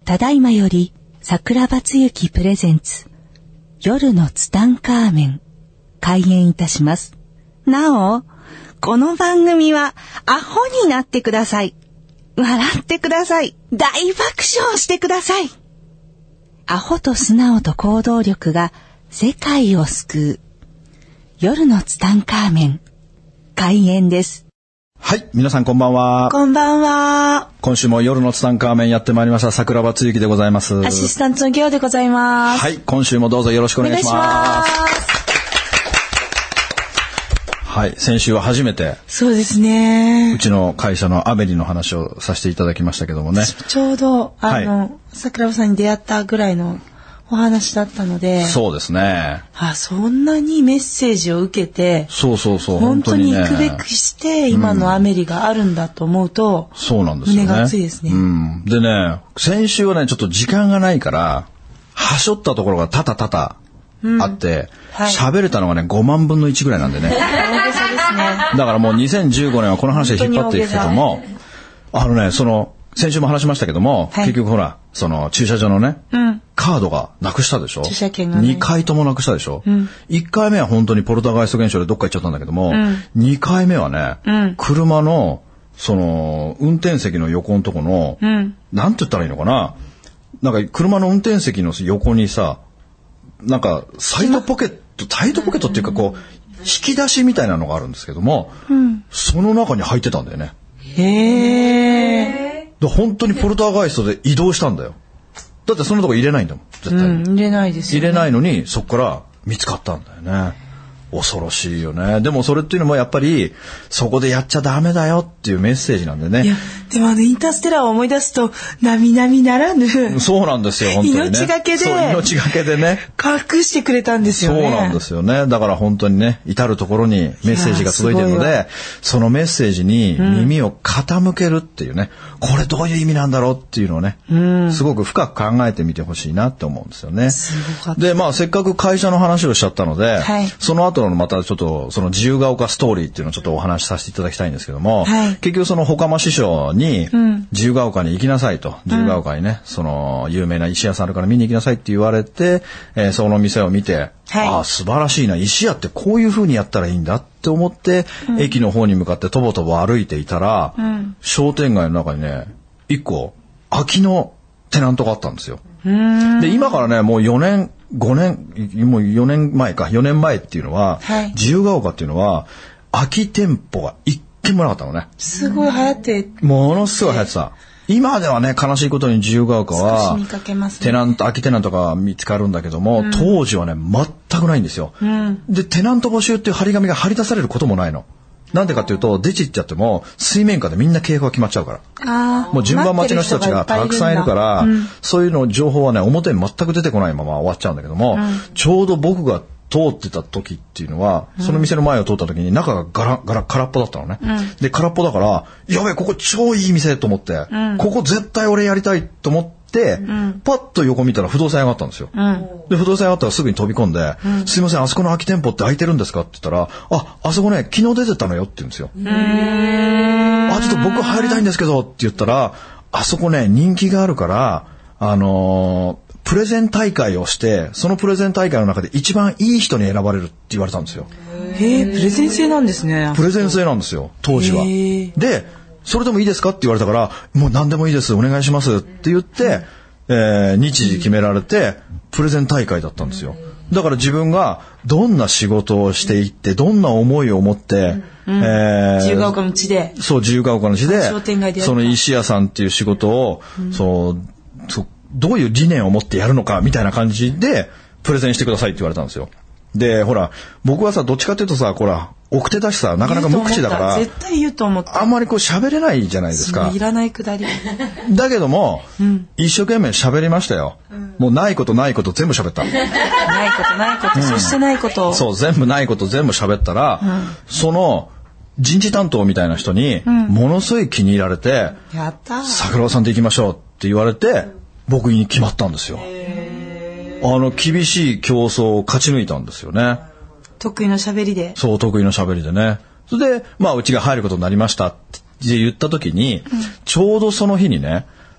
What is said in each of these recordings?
ただいまより桜庭つゆきプレゼンツ夜のツタンカーメン開演いたします。なお、この番組はアホになってください。笑ってください。大爆笑してください。アホと素直と行動力が世界を救う夜のツタンカーメン開演です。 はい、皆さんこんばんは。 こんばんは。 今週も夜のツタンカーメンやってまいりました桜庭つゆきでございます。 アシスタントのギョウでございます。 はい、今週もどうぞよろしくお願いします。はい、先週は初めてそうですね、 うちの会社のアメリの話をさせていただきましたけどもね、 ちょうど桜庭さんに出会ったぐらいのお話だったので。 そうですね。 そんなにメッセージを受けて、 そう本当に行くべくして今のアメリがあるんだと思うと、 そうなんですよね。 胸が熱いですね。 でね、先週はねちょっと時間がないからはしょったところが多々あって、喋れたのがね5万分の1ぐらいなんでね。 大げさですね。 だからもう2015年はこの話で引っ張っていくけども、先週も話しましたけども、結局ほらその駐車場のね、カードがなくしたでしょ。 駐車券がね、 2回ともなくしたでしょ。1回目は本当にポルターガイスト現象でどっか行っちゃったんだけども、2回目はね、車のその運転席の横のとこの、なんて言ったらいいのかな、なんか車の運転席の横にさ、なんかサイドポケットっていうかこう引き出しみたいなのがあるんですけども、その中に入ってたんだよね。本当にポルターガイストで移動したんだよ。だってそのとこ入れないんだもん絶対に、 入れないですよね。 入れないのにそこから見つかったんだよね。恐ろしいよね。でもそれっていうのもやっぱりそこでやっちゃダメだよっていうメッセージなんでね。 いやでもインターステラーを思い出すと並々ならぬ。 そうなんですよ本当にね。命がけでね隠してくれたんですよね。 そうなんですよね。だから本当にね至るところにメッセージが届いているので、そのメッセージに耳を傾けるっていうね、これどういう意味なんだろうっていうのをね、すごく深く考えてみてほしいなって思うんですよね。 すごかった。 でせっかく会社の話をしちゃったので、その後のまたちょっとその自由が丘ストーリーっていうのをちょっとお話しさせていただきたいんですけども、結局そのほかま師匠に自由が丘に行きなさいと、自由が丘にねその有名な石屋さんあるから見に行きなさいって言われて、その店を見て、素晴らしいな、石屋ってこういう風にやったらいいんだって思って、駅の方に向かってとぼとぼ歩いていたら、商店街の中にね一個空きのテナントがあったんですよ。で今からねもう4年前っていうのは、自由が丘っていうのは空き店舗が一軒もなかったのね。 すごい流行って、 ものすごい流行ってた。今ではね悲しいことに自由が丘は空きテナントが見つかるんだけども、当時はね全くないんですよ。でテナント募集っていう張り紙が張り出されることもないの。なんでかっていうと出ちっちゃっても水面下でみんな契約が決まっちゃうから、もう順番待ちの人たちがたくさんいるから、そういうの情報はね表に全く出てこないまま終わっちゃうんだけども、ちょうど僕が通ってた時っていうのは、その店の前を通った時に中が空っぽだったのね。で空っぽだからやべえここ超いい店と思って、ここ絶対俺やりたいと思って、パッと横見たら不動産屋があったんですよ。で不動産屋があったらすぐに飛び込んで、すいませんあそこの空き店舗って空いてるんですかって言ったら、あそこね昨日出てたのよって言うんですよ。ちょっと僕入りたいんですけどって言ったら、あそこね人気があるからプレゼン大会をして、そのプレゼン大会の中で一番いい人に選ばれるって言われたんですよ。 プレゼン制なんですね。 プレゼン制なんですよ当時は。でそれでもいいですかって言われたから、もう何でもいいですお願いしますって言って、日時決められてプレゼン大会だったんですよ。だから自分がどんな仕事をしていってどんな思いを持って、 自由が丘の地で、 自由が丘の地で商店街でその石屋さんっていう仕事を、どういう理念を持ってやるのかみたいな感じでプレゼンしてくださいって言われたんですよ。でほら僕はさどっちかっていうとさ奥手だしさなかなか無口だから絶対言うと思った。 あんまり喋れないじゃないですか。 いらないくだりだけども、一生懸命喋りましたよ。もうないこと全部喋った。 ないこと、そしてないことそう全部ないこと全部喋ったら、その人事担当みたいな人にものすごい気に入られて、 やった桜庭さんで行きましょうって言われて僕に決まったんですよ。厳しい競争を勝ち抜いたんですよね。 得意の喋りで。 そう得意の喋りでね。それでうちが入ることになりましたって言った時に、ちょうどその日にね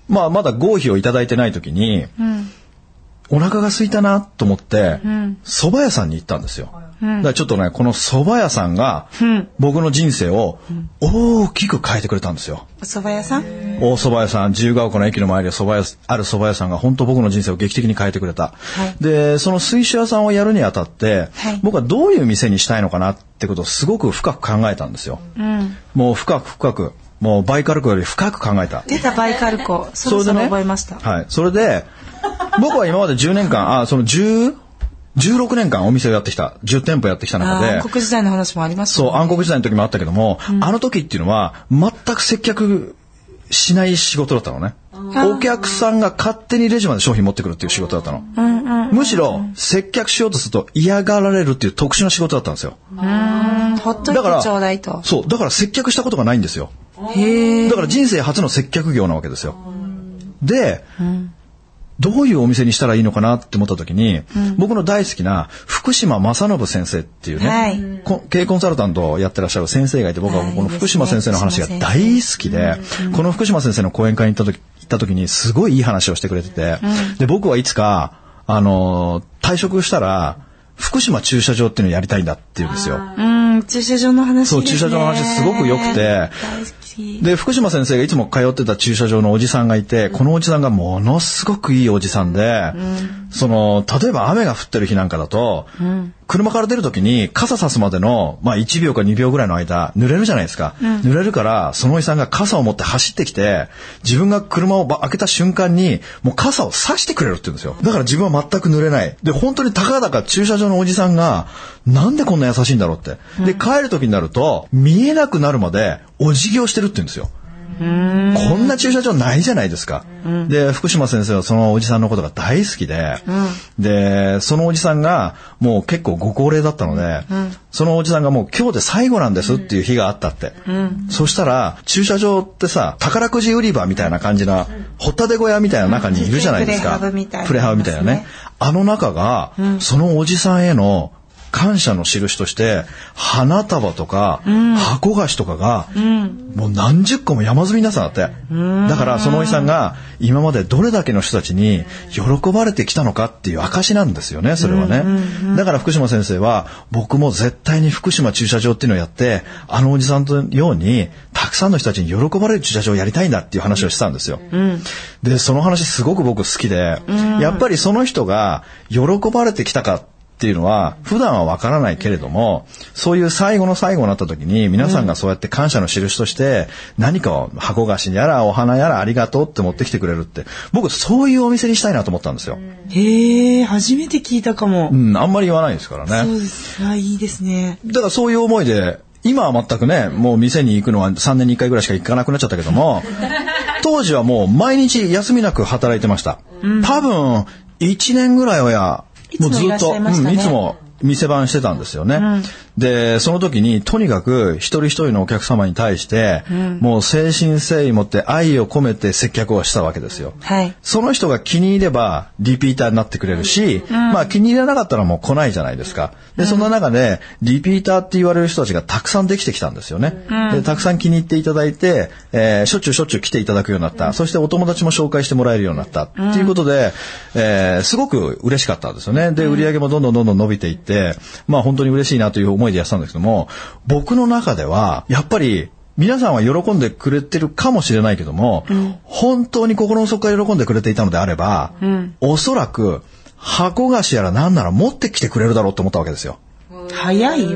まだ合否をいただいてない時に、お腹が空いたなと思って、蕎麦屋さんに行ったんですよ。だからちょっとね、この蕎麦屋さんが、僕の人生を大きく変えてくれたんですよ。 お蕎麦屋さん？ 大蕎麦屋さん、自由が丘の駅の前である蕎麦屋さんが本当僕の人生を劇的に変えてくれた。で、その水晶屋さんをやるにあたって、僕はどういう店にしたいのかなってことをすごく深く考えたんですよ。もう深く、もうバイカルコより深く考えた。 出たバイカルコ。そろそろ覚えました。 はい。それで、僕は今まで10年間、16年間お店をやってきた。10店舗やってきた中で。 暗黒時代の話もありますね。 そう、暗黒時代の時もあったけども、あの時っていうのは、全く接客しない仕事だったのね。お客さんが勝手にレジまで商品持ってくるっていう仕事だったの。むしろ、接客しようとすると嫌がられるっていう特殊な仕事だったんですよ。 ほっといてちょうだいと。 そう、だから接客したことがないんですよ。だから人生初の接客業なわけですよ。で、どういうお店にしたらいいのかなって思った時に、僕の大好きな福島正信先生っていうね、経営コンサルタントをやってらっしゃる先生がいて、僕はこの福島先生の話が大好きで、この福島先生の講演会に行った時にすごいいい話をしてくれてて、で、僕はいつか、退職したら、福島駐車場っていうのをやりたいんだって言うんですよ。 駐車場の話ですね。 そう、駐車場の話すごく良くて、で、福島先生がいつも通ってた駐車場のおじさんがいて、このおじさんがものすごくいいおじさんで、例えば雨が降ってる日なんかだと、車から出るときに傘差すまでの、1秒か2秒ぐらいの間、濡れるじゃないですか。濡れるから、そのおじさんが傘を持って走ってきて、自分が車を開けた瞬間に、もう傘を差してくれるって言うんですよ。だから自分は全く濡れない。で、本当にたかだか駐車場のおじさんが、なんでこんな優しいんだろうって。で、帰るときになると、見えなくなるまで、お辞儀をしてるって言うんですよ。こんな駐車場ないじゃないですか。で、福島先生はそのおじさんのことが大好きで、で、そのおじさんがもう結構ご高齢だったので、そのおじさんがもう今日で最後なんですっていう日があったって。そしたら、駐車場ってさ、宝くじ売り場みたいな感じな、ホタテ小屋みたいな中にいるじゃないですか。プレハブみたいなね。あの中が、そのおじさんへの感謝の印として花束とか、箱菓子とかが、もう何十個も山積みになってたんだって。だからそのおじさんが今までどれだけの人たちに喜ばれてきたのかっていう証なんですよね、それはね。だから福島先生は、僕も絶対に福島駐車場っていうのをやって、あのおじさんのようにたくさんの人たちに喜ばれる駐車場をやりたいんだっていう話をしたんですよ。で、その話すごく僕好きで、やっぱりその人が喜ばれてきたかっていうのは普段はわからないけれども、そういう最後の最後になった時に皆さんがそうやって感謝の印として何かを箱菓子やらお花やらありがとうって持ってきてくれるって、僕そういうお店にしたいなと思ったんですよ。 へえ、初めて聞いたかも。 あんまり言わないですからね。 そうです。いいですね。 だからそういう思いで、今は全くね、もう店に行くのは3年に1回ぐらいしか行かなくなっちゃったけども、当時はもう毎日休みなく働いてました。多分1年ぐらいはもうずっと、いつも店番してたんですよね。で、その時にとにかく一人一人のお客様に対して、もう誠心誠意持って愛を込めて接客をしたわけですよ。その人が気に入ればリピーターになってくれるし、気に入らなかったらもう来ないじゃないですか。で、そんな中でリピーターって言われる人たちがたくさんできてきたんですよね。で、たくさん気に入っていただいて、しょっちゅう来ていただくようになった。そしてお友達も紹介してもらえるようになったっていうことで、すごく嬉しかったんですよね。で、売り上げもどんどん伸びていって、本当に嬉しいなという思いでやってたんですけども、僕の中ではやっぱり皆さんは喜んでくれてるかもしれないけども、本当に心の底から喜んでくれていたのであれば、おそらく箱菓子やら何なら持ってきてくれるだろうと思ったわけですよ。 早いよ。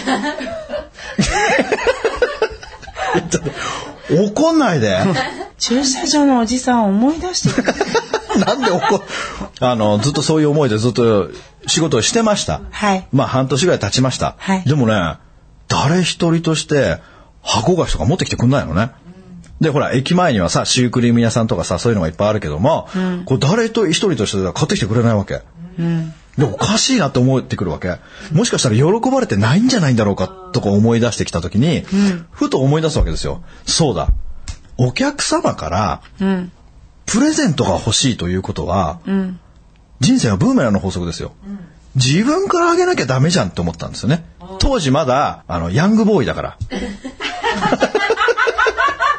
怒んないで。 駐車場のおじさんを思い出してる。 なんでずっとそういう思いでずっと仕事をしてました。半年ぐらい経ちました。でもね、誰一人として箱菓子とか持ってきてくんないのね。で、ほら、駅前にはさ、シュークリーム屋さんとかさ、そういうのがいっぱいあるけども、こう誰一人として買ってきてくれないわけ。で、おかしいなって思ってくるわけ。もしかしたら喜ばれてないんじゃないんだろうかとか思い出してきたときに、ふと思い出すわけですよ。そうだ。お客様から、プレゼントが欲しいということは、人生はブーメランの法則ですよ。自分からあげなきゃダメじゃんって思ったんですよね。当時まだヤングボーイだから。もう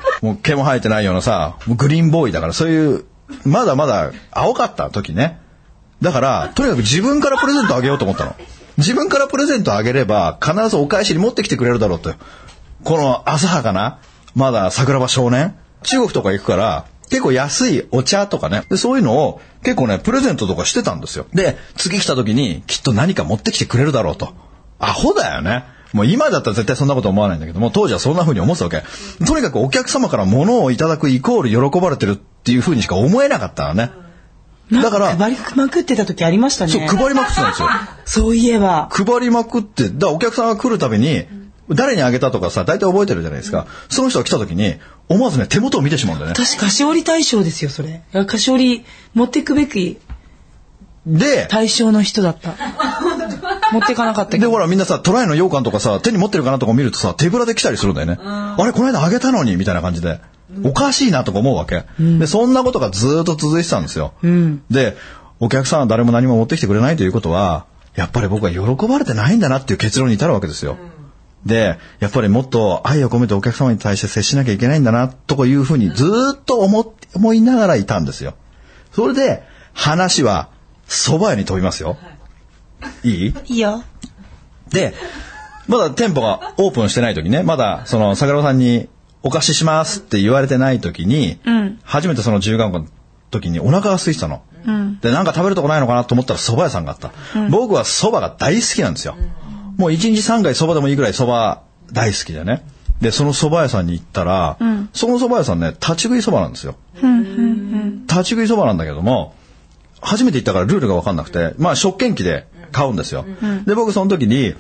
毛も生えてないようなさ、グリーンボーイだから、そういう、まだまだ青かった時ね。だから、とにかく自分からプレゼントあげようと思ったの。自分からプレゼントあげれば、必ずお返しに持ってきてくれるだろうと。この浅はかな、まだ桜庭少年。中国とか行くから、結構安いお茶とかね。で、そういうのを結構ね、プレゼントとかしてたんですよ。で、次来た時にきっと何か持ってきてくれるだろうと。アホだよね。もう今だったら絶対そんなこと思わないんだけども、当時はそんな風に思ってたわけ。とにかくお客様から物をいただくイコール喜ばれてるっていう風にしか思えなかったのね。だから配りまくってた時ありましたね。 そう、配りまくってたんですよ。 そういえば配りまくって、だからお客さんが来るたびに誰にあげたとかさ、大体覚えてるじゃないですか。その人が来た時に思わずね、手元を見てしまうんだよね。 私菓子折り大賞ですよ、それ。菓子折り持っていくべきで対象の人だった。持っていかなかったけど。 で、ほらみんなさ、トライの羊羹とかさ、手に持ってるかなとか見るとさ、手ぶらで来たりするんだよね。あれ、この間あげたのにみたいな感じで、おかしいなとか思うわけ。で、そんなことがずっと続いてたんですよ。で、お客さんは誰も何も持ってきてくれないということは、やっぱり僕は喜ばれてないんだなっていう結論に至るわけですよ。で、やっぱりもっと愛を込めてお客様に対して接しなきゃいけないんだなというふうにずっと思いながらいたんですよ。それで話は蕎麦屋に飛びますよ。いい？ いいよ。 で、まだ店舗がオープンしてない時ね、まだその桜庭さんにお貸ししますって言われてない時に、初めてその自由が丘の時にお腹が空いてたの。で、なんか食べるとこないのかなと思ったら蕎麦屋さんがあった。僕は蕎麦が大好きなんですよ。もう1日3回蕎麦でもいいぐらい蕎麦大好きでね。で、その蕎麦屋さんに行ったら、その蕎麦屋さんね、立ち食い蕎麦なんですよ。立ち食い蕎麦なんだけども、初めて行ったからルールが分かんなくて、まあ食券機で買うんですよ。で、僕その時に、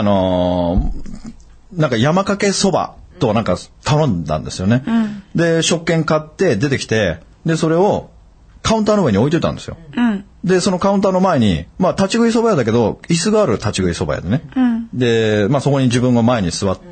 なんか山かけ蕎麦となんか頼んだんですよね。で、食券買って出てきて、で、それをカウンターの上に置いといたんですよ。で、そのカウンターの前に、まあ、立ち食い蕎麦屋だけど、椅子がある立ち食い蕎麦屋でね。で、まあ、そこに自分が前に座って、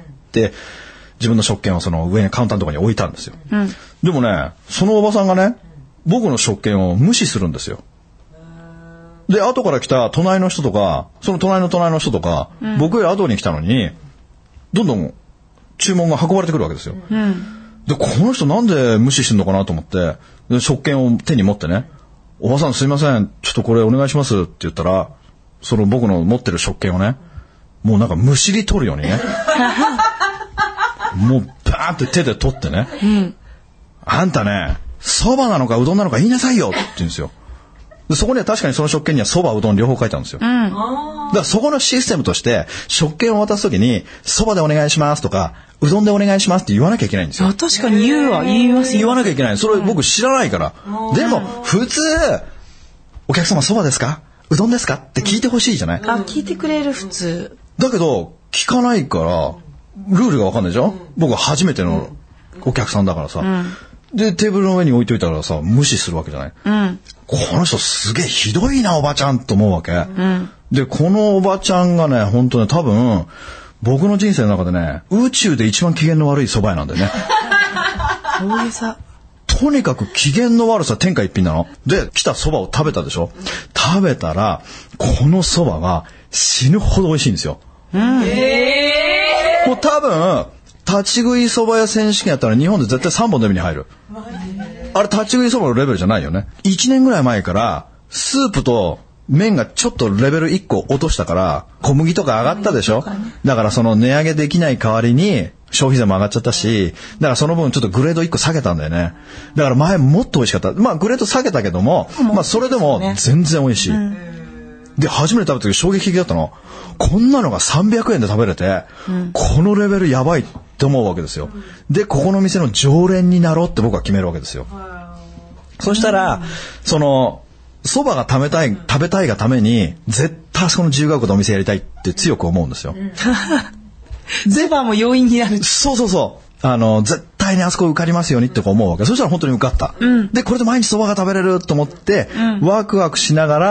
自分の食券をその上にカウンターのところに置いたんですよ。でもね、そのおばさんがね、僕の食券を無視するんですよ。で、後から来た隣の人とか、その隣の人とか、僕より後に来たのに、どんどん注文が運ばれてくるわけですよ。で、この人なんで無視してんのかなと思って、で食券を手に持ってね、おばさんすいません、ちょっとこれお願いしますって言ったら、その僕の持ってる食券をね、もうなんかむしり取るようにね、もうバーンって手で取ってね、あんたね、蕎麦なのかうどんなのか言いなさいよって言うんですよ。でそこには確かにその食券には蕎麦うどん両方書いてあるんですよ。だからそこのシステムとして食券を渡すときに蕎麦でお願いしますとかうどんでお願いしますって言わなきゃいけないんですよ。 確かに言いますよ。 言わなきゃいけない。それ僕知らないから。でも普通お客様蕎麦ですかうどんですかって聞いてほしいじゃない。 聞いてくれる普通。 だけど聞かないからルールが分かんないでしょ。僕は初めてのお客さんだからさ。でテーブルの上に置いといたらさ無視するわけじゃない。この人すげえひどいなおばちゃんと思うわけ。でこのおばちゃんがね本当ね多分僕の人生の中でね宇宙で一番機嫌の悪い蕎麦屋なんだよね。 大げさ。 とにかく機嫌の悪さ天下一品なの。で来た蕎麦を食べたでしょ。食べたらこの蕎麦が死ぬほど美味しいんですよ。もう多分立ち食い蕎麦屋選手権やったら日本で絶対3本の指に入る。あれ立ち食い蕎麦のレベルじゃないよね。1年ぐらい前からスープと麺がちょっとレベル1個落としたから小麦とか上がったでしょ。だからその値上げできない代わりに消費税も上がっちゃったし、だからその分ちょっとグレード1個下げたんだよね。だから前もっと美味しかった。まあグレード下げたけども、まあそれでも全然美味しい。で初めて食べた時衝撃的だったの。こんなのが300円で食べれて、このレベルやばいって思うわけですよ。でここの店の常連になろうって僕は決めるわけですよ。そしたらその蕎麦が食べたいがために絶対その自由が丘でお店やりたいって強く思うんですよ。 蕎麦も要因になる。 そう絶対にあそこ受かりますようにって思うわけ。そしたら本当に受かった。でこれで毎日蕎麦が食べれると思って、ワクワクしながら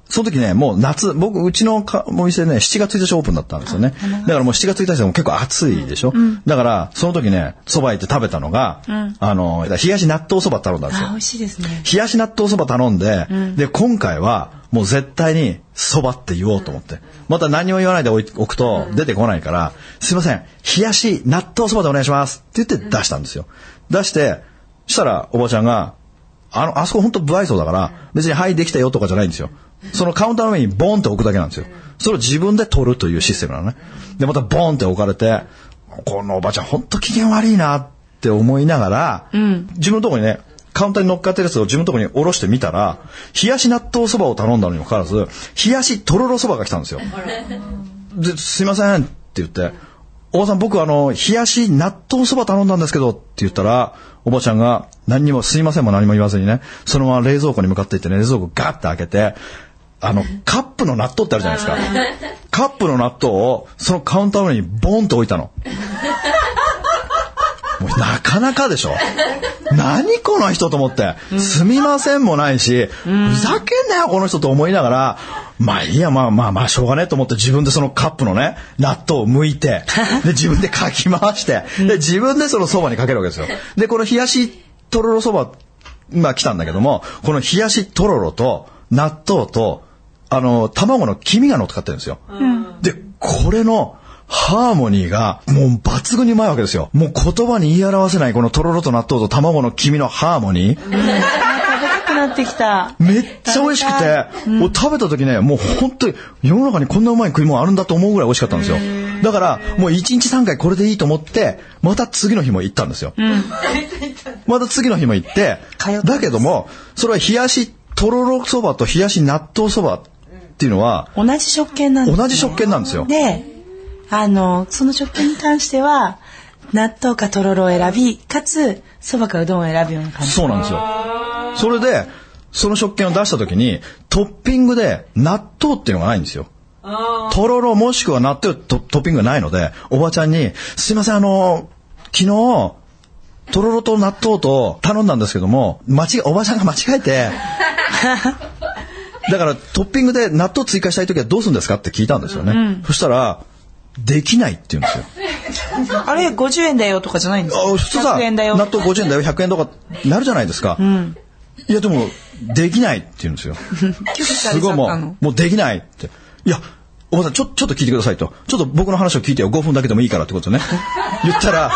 その時ね、もう夏、うちのお店ね、7月1日オープンだったんですよね。だからもう7月1日でも結構暑いでしょ。だから、その時ね、蕎麦行って食べたのが、冷やし納豆蕎麦頼んだんですよ。 美味しいですね。 冷やし納豆蕎麦頼んで、で、今回は、もう絶対に蕎麦って言おうと思って。また何も言わないで置くと出てこないから、すいません、冷やし納豆蕎麦でお願いしますって言って出したんですよ。出して、したらおばちゃんが、あそこ本当不愛想だから、別にはいできたよとかじゃないんですよ。そのカウンターの上にボンって置くだけなんですよ。それを自分で取るというシステムなのね。で、またボンって置かれて、このおばちゃん本当機嫌悪いなって思いながら、自分のところにね、カウンターに乗っかってるやつを自分のところに下ろしてみたら、冷やし納豆そばを頼んだのにもかかわらず、冷やしとろろそばが来たんですよ。で、すいませんって言って、おばさん僕冷やし納豆そば頼んだんですけどって言ったら、おばちゃんが何にもすいませんも何も言わずにね、そのまま冷蔵庫に向かっていってね、冷蔵庫ガッて開けて、カップの納豆ってあるじゃないですか。カップの納豆をそのカウンターの上にボンって置いたの。もうなかなかでしょ。何この人と思って、すみませんもないし、ふざけんなよこの人と思いながら、まあいいや、まあしょうがねえと思って自分でそのカップのね、納豆を剥いて、で自分でかき回して、で自分でそのそばにかけるわけですよ。でこの冷やしとろろそば、来たんだけども、この冷やしとろろと納豆と卵の黄身が乗っかってるんですよ。でこれのハーモニーがもう抜群にうまいわけですよ。もう言葉に言い表せないこのとろろと納豆と卵の黄身のハーモニー。 食べたくなってきた。 めっちゃ美味しくて、もう食べた時ね、もう本当に世の中にこんなうまい食い物あるんだと思うぐらい美味しかったんですよ。だからもう1日3回これでいいと思って、また次の日も行ったんですよ。また次の日も行って、だけどもそれは冷やしとろろそばと冷やし納豆そばっていうのは同じ食券なんですね。 同じ食券なんですよ。 でその食券に関しては納豆かとろろを選び、かつそばかうどんを選ぶような感じ。 そうなんですよ。それでその食券を出した時にトッピングで納豆っていうのがないんですよ。とろろもしくは納豆トッピングがないので、おばちゃんにすいません昨日とろろと納豆と頼んだんですけどもおばちゃんが間違えてだからトッピングで納豆追加したい時はどうするんですかって聞いたんですよね。そしたらできないって言うんですよ。 あれ50円だよとかじゃないんですか。 普通さ納豆50円だよ100円とかなるじゃないですか。いやでもできないって言うんですよ。すごいもうできないって。いやおばさんちょっと聞いてくださいと。ちょっと僕の話を聞いてよ、5分だけでもいいからってことね。言ったら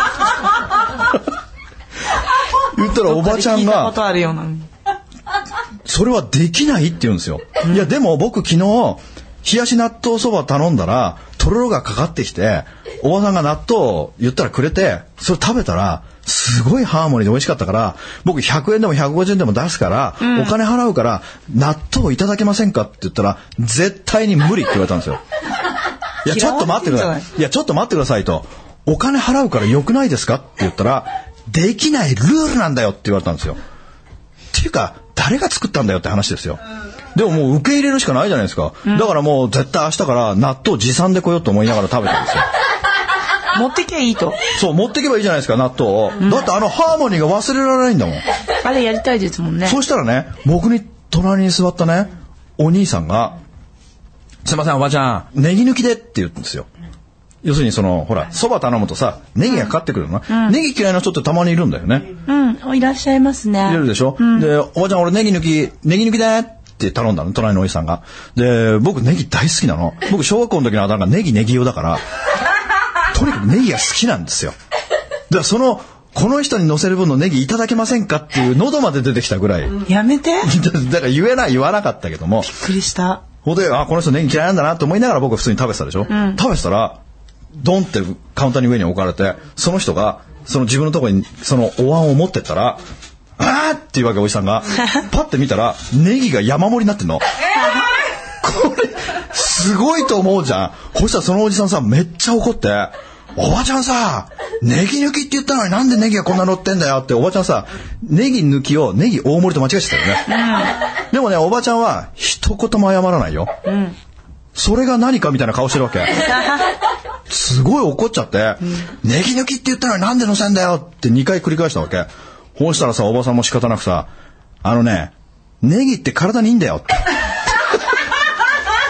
おばちゃんがそれはできないって言うんですよ。いやでも僕昨日冷やし納豆そば頼んだらとろろがかかってきて、おばさんが納豆を言ったらくれて、それ食べたらすごいハーモニーで美味しかったから、僕100円でも150円でも出すから、お金払うから納豆いただけませんかって言ったら絶対に無理って言われたんですよ。いやちょっと待ってください。いやちょっと待ってくださいと。お金払うから良くないですかって言ったら、できないルールなんだよって言われたんですよ。っていうか誰が作ったんだよって話ですよ。でももう受け入れるしかないじゃないですか。だからもう絶対明日から納豆持参で来ようと思いながら食べたんですよ。 持ってきゃいいと。 そう持ってけばいいじゃないですか納豆を。だってハーモニーが忘れられないんだもん。 あれやりたいですもんね。 そうしたらね、僕に隣に座ったねお兄さんが、すいませんおばちゃんネギ抜きでって言うんですよ。要するにほらそば頼むとさネギがかかってくるの、ネギ嫌いな人ってたまにいるんだよね。 いらっしゃいますね。 いるでしょ。でおばちゃん俺ネギ抜きでって頼んだの、隣のおじさんが。で僕ネギ大好きなの。僕小学校の時のあだ名がネギ用だからとにかくネギが好きなんですよ。だからこの人に乗せる分のネギいただけませんかっていう喉まで出てきたぐらい。 やめて。 だから言わなかったけども。 びっくりした。 ほんでこの人ネギ嫌いなんだなと思いながら僕は普通に食べてたでしょ。食べてたらドンってカウンターに上に置かれて、その人が自分のところにお椀を持ってったら、あーっていうわけおじさんがパッて見たらネギが山盛りになってんの。これすごいと思うじゃん。そしたらそのおじさんさめっちゃ怒って、おばちゃんさネギ抜きって言ったのになんでネギがこんな乗ってんだよって。おばちゃんさネギ抜きをネギ大盛りと間違えてたよね。でもねおばちゃんは一言も謝らないよ。それが何かみたいな顔してるわけ。すごい怒っちゃって、ネギ抜きって言ったのになんで乗せんだよって2回繰り返したわけ。そうしたらさおばさんも仕方なくさ、ネギって体にいいんだよって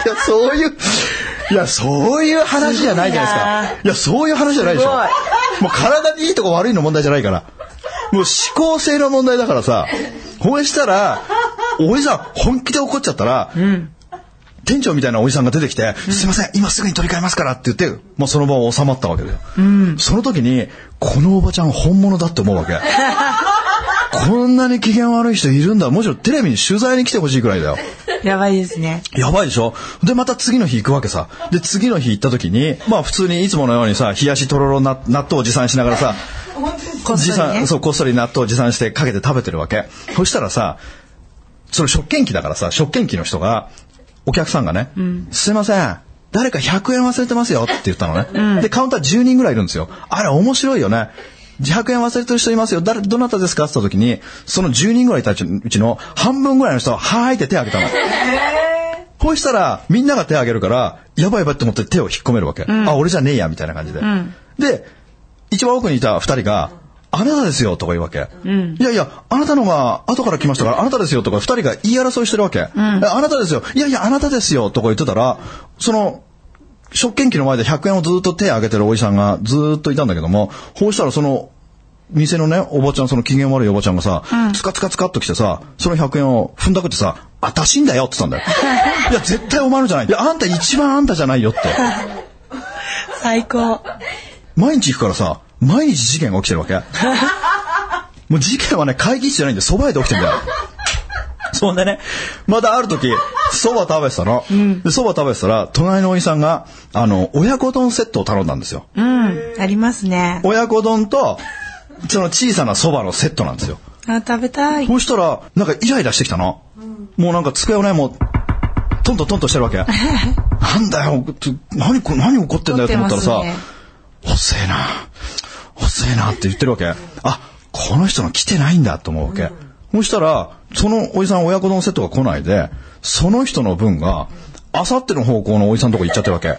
そういう話じゃないじゃないですか。いや、そういう話じゃないでしょ。もう体にいいとこ悪いの問題じゃないから。もう思考性の問題だからさ。ほいしたら、おじさん本気で怒っちゃったら、店長みたいなおじさんが出てきて、すいません、今すぐに取り替えますからって言って、もうその場は収まったわけだよ。その時に、このおばちゃん本物だって思うわけ。こんなに機嫌悪い人いるんだ。もちろんテレビに取材に来てほしいくらいだよ。 やばいですね。 やばいでしょ。で、また次の日行くわけさ。で、次の日行った時に、まあ普通にいつものようにさ、冷やしとろろ納豆を持参しながらさ、こっそり納豆を持参してかけて食べてるわけ。そしたらさ、それ食券機だからさ、食券機の人が、お客さんがね、すいません、誰か100円忘れてますよって言ったのね。で、カウンター10人ぐらいいるんですよ。あれ面白いよね。100円忘れてる人いますよ。どなたですかって言った時に、その10人ぐらいいたうちの半分ぐらいの人は、はーいって手を挙げたの。こうしたら、みんなが手を挙げるから、やばいやばいって思って手を引っ込めるわけ。あ、俺じゃねえや、みたいな感じで。で、一番奥にいた2人が、あなたですよとか言うわけ。いやいや、あなたのが後から来ましたから、あなたですよとか2人が言い争いしてるわけ。あなたですよ。いやいや、あなたですよとか言ってたら、その、食券機の前で100円をずっと手を挙げてるおじさんがずっといたんだけども、こうしたらその、店のね、おばちゃん、その機嫌悪いおばちゃんがさ、つかつかつかっと来てさ、その100円を踏んだくってさ、あたしんだよって言ったんだよ。いや、絶対お前のじゃない。いや、あんた一番あんたじゃないよって。 最高。 毎日行くからさ、毎日事件が起きてるわけ。もう事件はね、会議室じゃないんで、蕎麦屋で起きてんだよ。そんでね、またある時、蕎麦食べてたの。で、蕎麦食べてたら、隣のおじさんが、親子丼セットを頼んだんですよ。 ありますね。 親子丼と、その小さな蕎麦のセットなんですよ。 あ、食べたい。 そうしたら、なんかイライラしてきたの。もうなんか机をね、もう、トントントンとしてるわけ。なんだよ、何怒ってんだよと思ったらさ、遅えなって言ってるわけ。あ、この人の来てないんだと思うわけ。そしたら、そのおじさん親子丼セットが来ないで、その人の分が、あさっての方向のおじさんのとこ行っちゃってるわけ。はい、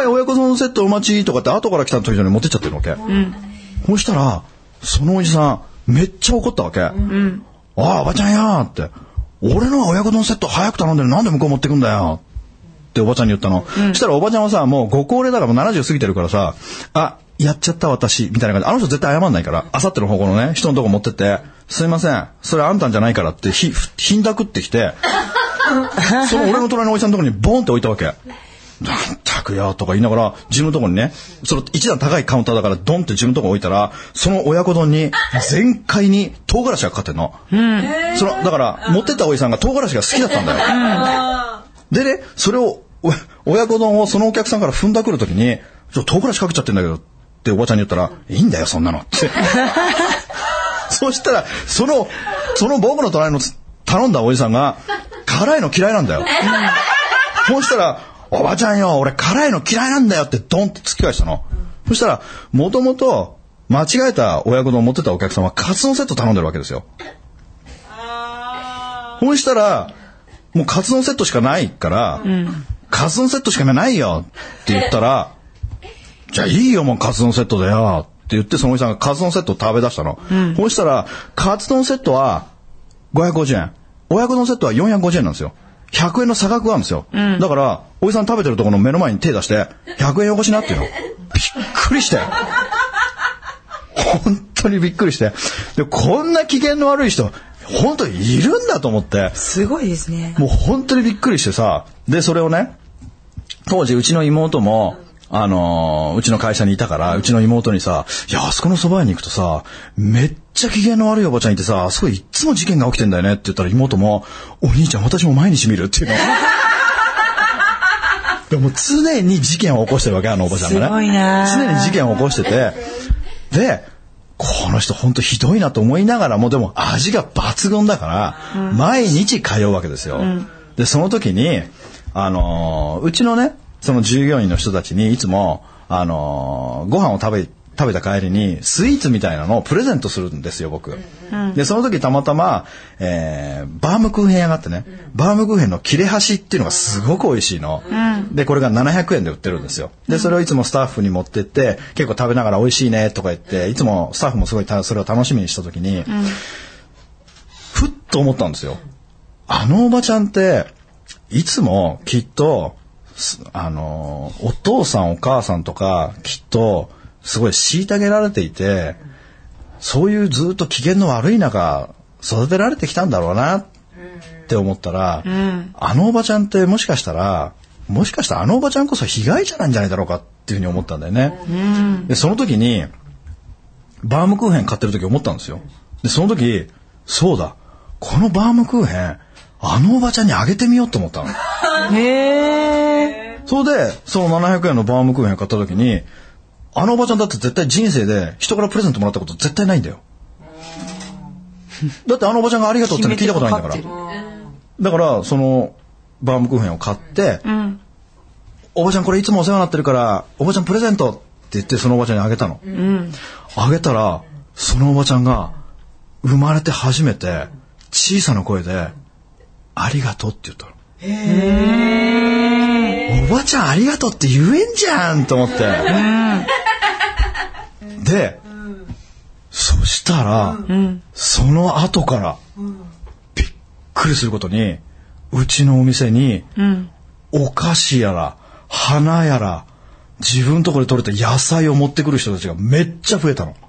親子丼セットお待ちとかって後から来た時に持ってっちゃってるわけ。そしたら、そのおじさん、めっちゃ怒ったわけ。ああ、おばちゃんやーって。俺のは親子丼セット早く頼んでる。なんで向こう持ってくんだよ。っておばちゃんに言ったの。そしたらおばちゃんはさ、もうご高齢だからもう70過ぎてるからさ、あ、やっちゃった私、みたいな感じで、あの人絶対謝んないから、あさっての方向のね、人のとこ持ってって、すいません、それあんたんじゃないからって、ひんだくってきて、その俺の隣のおじさんのとこにボンって置いたわけ。なんたくやとか言いながら、自分のとこにね、その一段高いカウンターだからドンって自分のとこ置いたら、その親子丼に全開に唐辛子がかかってんの。だから、持ってったおじさんが唐辛子が好きだったんだよ。でね、それを、親子丼をそのお客さんから踏んだくるときに、唐辛子かけちゃってんだけどっておばちゃんに言ったら、いいんだよ、そんなのって。そしたら、その僕の隣の頼んだおじさんが、辛いの嫌いなんだよ。そうしたら、おばちゃんよ、俺辛いの嫌いなんだよってドンって突き返したの。そしたら、もともと間違えた親子丼を持ってたお客さんはカツ丼セット頼んでるわけですよ。そうしたら、もうカツ丼セットしかないから、カツ丼セットしかないよって言ったら、じゃあいいよもうカツ丼セットだよって言ってそのおじさんがカツ丼セットを食べ出したの。そうしたら、カツ丼セットは550円。親子丼セットは450円なんですよ。100円の差額があるんですよ。だから、おじさん食べてるところの目の前に手出して、100円よこしなっていうの。びっくりして。本当にびっくりして。で、こんな機嫌の悪い人、本当にいるんだと思って。 すごいですね。 もう本当にびっくりしてさ。で、それをね、当時うちの妹も、うちの会社にいたから、うちの妹にさ、いや、あそこの蕎麦屋に行くとさ、めっちゃ機嫌の悪いおばちゃんいてさ、あそこいっつも事件が起きてんだよねって言ったら妹も、お兄ちゃん私も毎日見るっていうの。でも常に事件を起こしてるわけ、あのおばちゃんがね。 すごいな。 常に事件を起こしてて、で、この人本当ひどいなと思いながらも、でも味が抜群だから、毎日通うわけですよ。で、その時に、うちのね、その従業員の人たちにいつも、ご飯を食べた帰りにスイーツみたいなのをプレゼントするんですよ、僕。で、その時たまたま、バームクーヘン屋があってね、バームクーヘンの切れ端っていうのがすごく美味しいの。で、これが700円で売ってるんですよ。で、それをいつもスタッフに持ってって、結構食べながら美味しいねとか言って、いつもスタッフもすごいそれを楽しみにした時に、ふっと思ったんですよ。あのおばちゃんって、いつもきっと、 お父さんお母さんとかきっとすごい虐げられていて、そういうずっと機嫌の悪い中育てられてきたんだろうなって思ったら、あのおばちゃんってもしかしたらあのおばちゃんこそ被害者なんじゃないだろうかっていうふうに思ったんだよね。でその時にバームクーヘン買ってる時思ったんですよ。でその時、そうだ、このバームクーヘンあのおばちゃんにあげてみようと思ったの。それでその700円のバームクーヘン買った時に、あのおばちゃんだって絶対人生で人からプレゼントもらったこと絶対ないんだよ。だってあのおばちゃんがありがとうっての聞いたことないんだから。だからそのバームクーヘンを買って、おばちゃんこれいつもお世話になってるからおばちゃんプレゼントって言ってそのおばちゃんにあげたの。あげたらそのおばちゃんが生まれて初めて小さな声でありがとうって言ったの。おばちゃんありがとうって言えんじゃんと思って、でそしたら、その後からびっくりすることにうちのお店に、お菓子やら花やら自分のところで採れた野菜を持ってくる人たちがめっちゃ増えたの。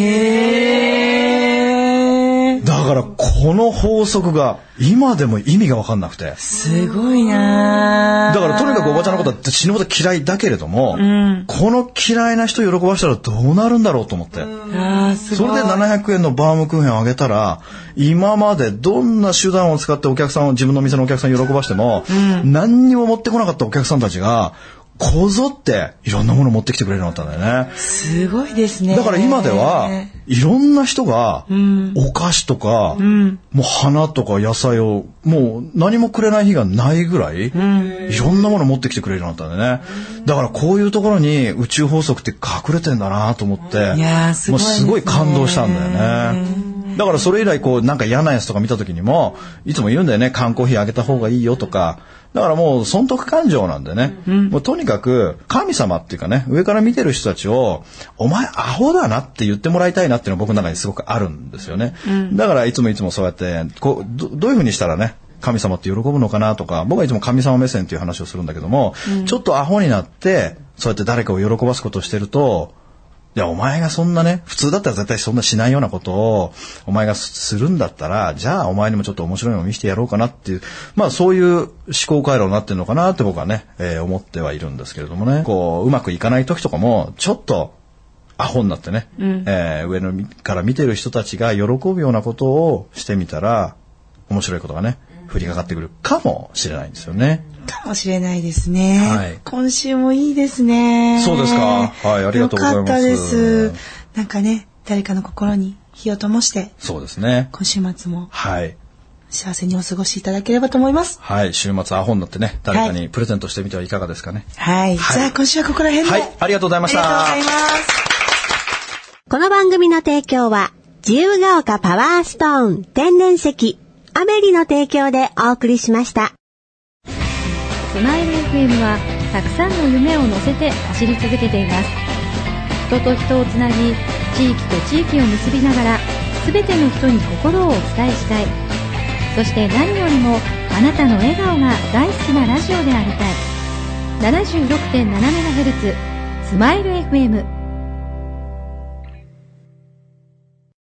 だからこの法則が今でも意味が分かんなくて、 すごいな。 だからとにかくおばちゃんのことは死ぬほど嫌いだけれども、この嫌いな人を喜ばしたらどうなるんだろうと思って、それで700円のバームクーヘンをあげたら、今までどんな手段を使ってお客さんを、自分の店のお客さんを喜ばしても、何にも持ってこなかったお客さんたちがこぞっていろんなものを持ってきてくれるようになったんだよね。 すごいですね。 だから今ではいろんな人がお菓子とか、もう花とか野菜をもう何もくれない日がないぐらい、いろんなものを持ってきてくれるようになったんだよね。だからこういうところに宇宙法則って隠れてんだなと思って、もうすごい感動したんだよね。だからそれ以来こうなんか嫌なやつとか見た時にもいつも言うんだよね。缶コーヒーあげた方がいいよとか。だからもう損得感情なんでね、もうとにかく神様っていうかね、上から見てる人たちをお前アホだなって言ってもらいたいなっていうのは僕の中にすごくあるんですよね。だからいつもそうやってこう どういうふうにしたらね神様って喜ぶのかなとか、僕はいつも神様目線っていう話をするんだけども、ちょっとアホになってそうやって誰かを喜ばすことをしてると、いやお前がそんなね、普通だったら絶対そんなしないようなことをお前がするんだったら、じゃあお前にもちょっと面白いのを見せてやろうかなっていう、まあそういう思考回路になってるのかなって僕はね、思ってはいるんですけれどもね。こううまくいかない時とかもちょっとアホになってね、上のから見てる人たちが喜ぶようなことをしてみたら面白いことがね降りかかってくるかもしれないんですよね。 かもしれないですね、はい、今週もいいですね。 そうですか。はい、ありがとうございます。よかったです。 なんかね、誰かの心に火を灯して、 そうですね。 今週末も、 はい、 幸せにお過ごしいただければと思います。 はい、週末アホになってね、誰かにプレゼントしてみてはいかがですかね。 はい、はい、じゃあ今週はここら辺で、 はい、ありがとうございました。 ありがとうございます。 この番組の提供は自由が丘パワーストーン天然石アメリの提供でお送りしました。 スマイル FM はたくさんの夢を乗せて走り続けています。人と人をつなぎ、地域と地域を結びながら全ての人に心をお伝えしたい。そして何よりもあなたの笑顔が大好きなラジオでありたい。 76.7MHz スマイル FM